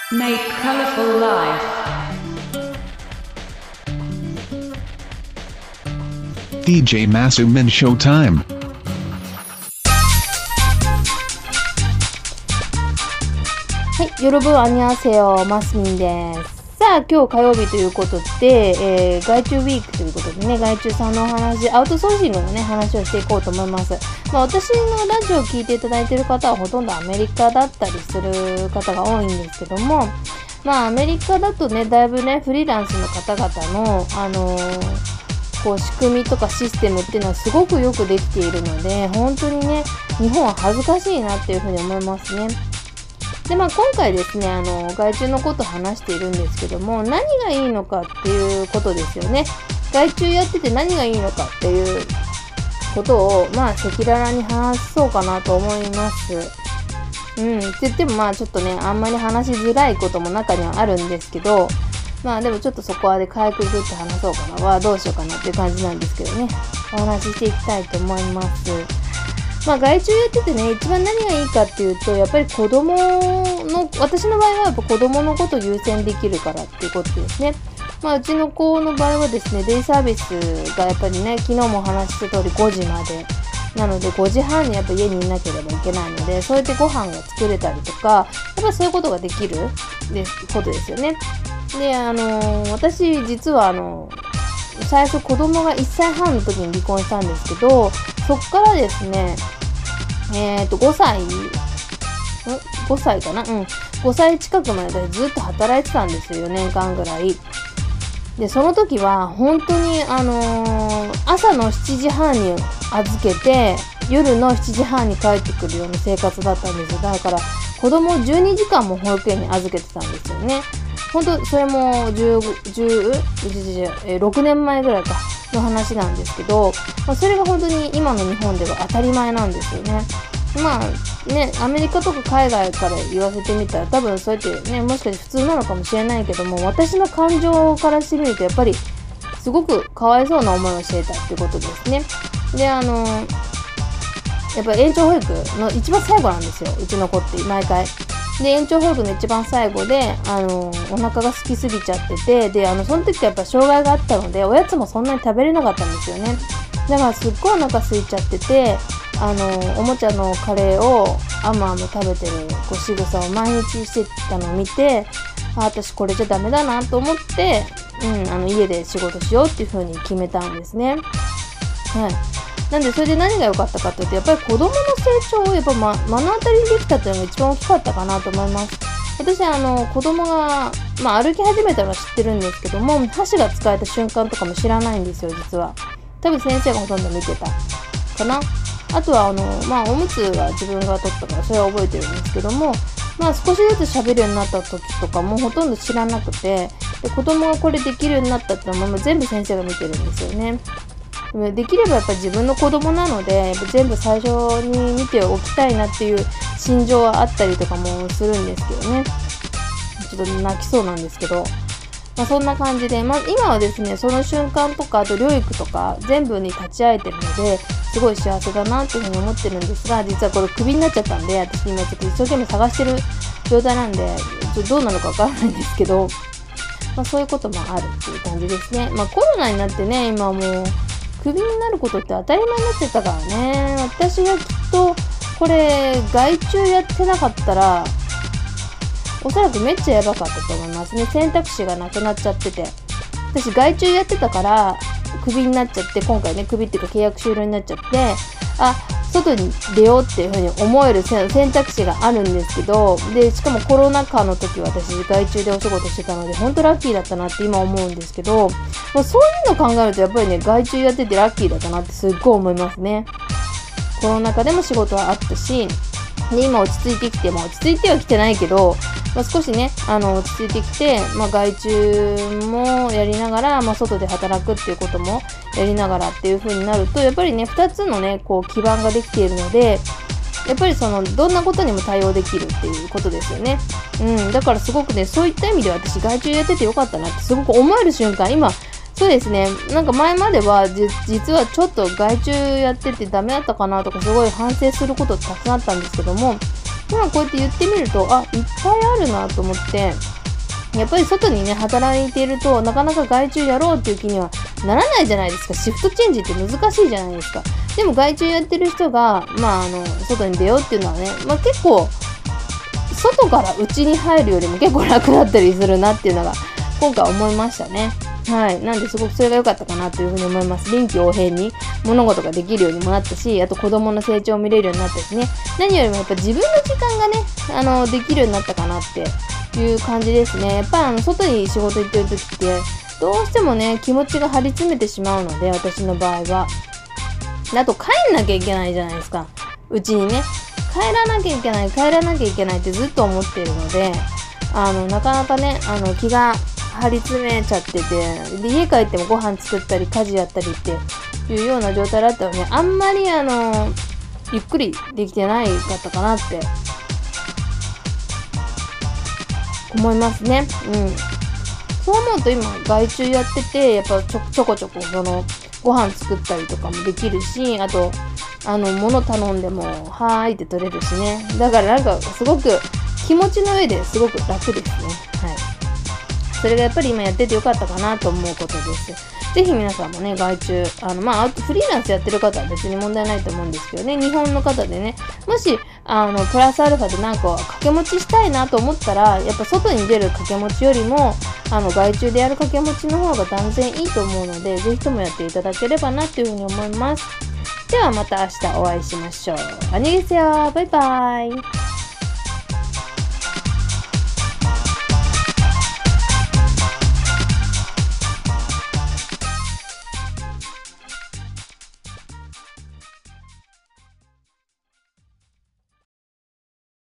Make colorful life. DJ Masumin Showtime. はい、よろぶんあにゃせよ、マスミンです。さあ、今日火曜日ということで、外注ウィークということでね、外注さんのお話、アウトソーシングのね、話をしていこうと思います。私のラジオを聞いていただいている方はほとんどアメリカだったりする方が多いんですけども、アメリカだとね、だいぶね、フリーランスの方々の、こう仕組みとかシステムっていうのはすごくよくできているので、本当にね、日本は恥ずかしいなっていうふうに思いますね。で今回ですね、外注のことを話しているんですけども、何がいいのかっていうことですよね。外注やってて何がいいのかっていうことを赤裸々に話そうかなと思います。って言ってもちょっとね、あんまり話しづらいことも中にはあるんですけど、でもちょっとそこはでかいくぐって話そうかなどうしようかなっていう感じなんですけどね、お話ししていきたいと思います。外注やっててね、一番何がいいかっていうと、やっぱり子供の、私の場合はやっぱ子供のことを優先できるからっていうことですね。うちの子の場合はですね、デイサービスがやっぱりね、昨日もお話しした通り5時までなので、5時半にやっぱ家にいなければいけないので、そうやってご飯が作れたりとか、やっぱりそういうことができることですよね。で、私実は最初子供が1歳半の時に離婚したんですけど、そっからですね、5歳かな5歳近くまでずっと働いてたんですよ、4年間ぐらい。で、その時は本当に朝の7時半に預けて、夜の7時半に帰ってくるような生活だったんですよ。だから子供を12時間も保育園に預けてたんですよね。本当それも6年前ぐらいかの話なんですけど、それが本当に今の日本では当たり前なんですよね。アメリカとか海外から言わせてみたら多分そうやってね、もしかして普通なのかもしれないけども、私の感情からしてみるとやっぱりすごくかわいそうな思いをしていたってことですね。で、やっぱり延長保育の一番最後なんですよ、うちの子って毎回。で、延長保育の一番最後で、お腹が空きすぎちゃってて、で、その時はやっぱ障害があったので、おやつもそんなに食べれなかったんですよね。だからすっごいお腹空いちゃってて、おもちゃのカレーをあむあむ食べてる仕草を毎日してたのを見て、私これじゃダメだなと思って、家で仕事しようっていう風に決めたんですね。はい。なんでそれで何が良かったかというと、やっぱり子供の成長をやっぱ目の当たりにできたっていうのが一番大きかったかなと思います。私子供が、歩き始めたのは知ってるんですけども、箸が使えた瞬間とかも知らないんですよ、実は。多分先生がほとんど見てたかな。あとはおむつは自分が取ったからそれは覚えてるんですけども、少しずつ喋るようになった時とかもほとんど知らなくて、で子供がこれできるようになったってのも全部先生が見てるんですよね。できればやっぱり自分の子供なので、やっぱ全部最初に見ておきたいなっていう心情はあったりとかもするんですけどね。ちょっと泣きそうなんですけど、そんな感じで、今はですね、その瞬間とか、あと療育とか全部に立ち会えてるので、すごい幸せだなっていうふうに思ってるんですが、実はこれクビになっちゃったんで、私今ちょっと一生懸命探してる状態なんで、ちょっとどうなのかわからないんですけど、そういうこともあるっていう感じですね。コロナになってね、今もうクビになることって当たり前になってたからね。私はきっとこれ外注やってなかったらおそらくめっちゃやばかったと思いますね。選択肢がなくなっちゃってて、私外注やってたからクビになっちゃって、今回ねクビっていうか契約終了になっちゃって、外に出ようっていうふうに思える選択肢があるんですけど、でしかもコロナ禍の時私外注でお仕事してたので本当ラッキーだったなって今思うんですけど、そういうのを考えるとやっぱりね、外注やっててラッキーだったなってすっごい思いますね。コロナ禍でも仕事はあったし、で今落ち着いてきて、落ち着いてはきてないけど、少しね落ち着いてきて、外注もやりながら、外で働くっていうこともやりながらっていう風になると、やっぱりね2つのね基盤ができているので、やっぱりどんなことにも対応できるっていうことですよね。だからすごくね、そういった意味で私外注やっててよかったなってすごく思える瞬間、今そうですね、前までは実はちょっと外注やっててダメだったかなとかすごい反省することたくさんあったんですけども、 今こうやって言ってみると、いっぱいあるなと思って、やっぱり外にね、働いていると、なかなか外注やろうっていう気にはならないじゃないですか。シフトチェンジって難しいじゃないですか。でも外注やってる人が、外に出ようっていうのはね、結構、外から内に入るよりも結構楽だったりするなっていうのが、今回思いましたね。はい。なんですごくそれが良かったかなというふうに思います。臨機応変に物事ができるようにもなったし、あと子供の成長を見れるようになったしね。何よりもやっぱ自分の時間がね、できるようになったかなっていう感じですね。やっぱ外に仕事行ってる時って、どうしてもね、気持ちが張り詰めてしまうので、私の場合は。あと帰んなきゃいけないじゃないですか。うちにね。帰らなきゃいけないってずっと思ってるので、なかなかね、気が張り詰めちゃってて、で、家帰ってもご飯作ったり、家事やったりっていうような状態だったので、あんまりゆっくりできてないかったかなって思いますね。そう思うと今、外注やってて、やっぱちょこちょこご飯作ったりとかもできるし、あと、物頼んでも、はーいって取れるしね。だからなんか、すごく気持ちの上ですごく楽ですね。はい。それがやっぱり今やっててよかったかなと思うことです。ぜひ皆さんもね、外注、フリーランスやってる方は別に問題ないと思うんですけどね、日本の方でね、もし、プラスアルファでなんか掛け持ちしたいなと思ったら、やっぱ外に出る掛け持ちよりも、外注でやる掛け持ちの方が断然いいと思うので、ぜひともやっていただければなというふうに思います。ではまた明日お会いしましょう。안녕히 계세요。バイバイ。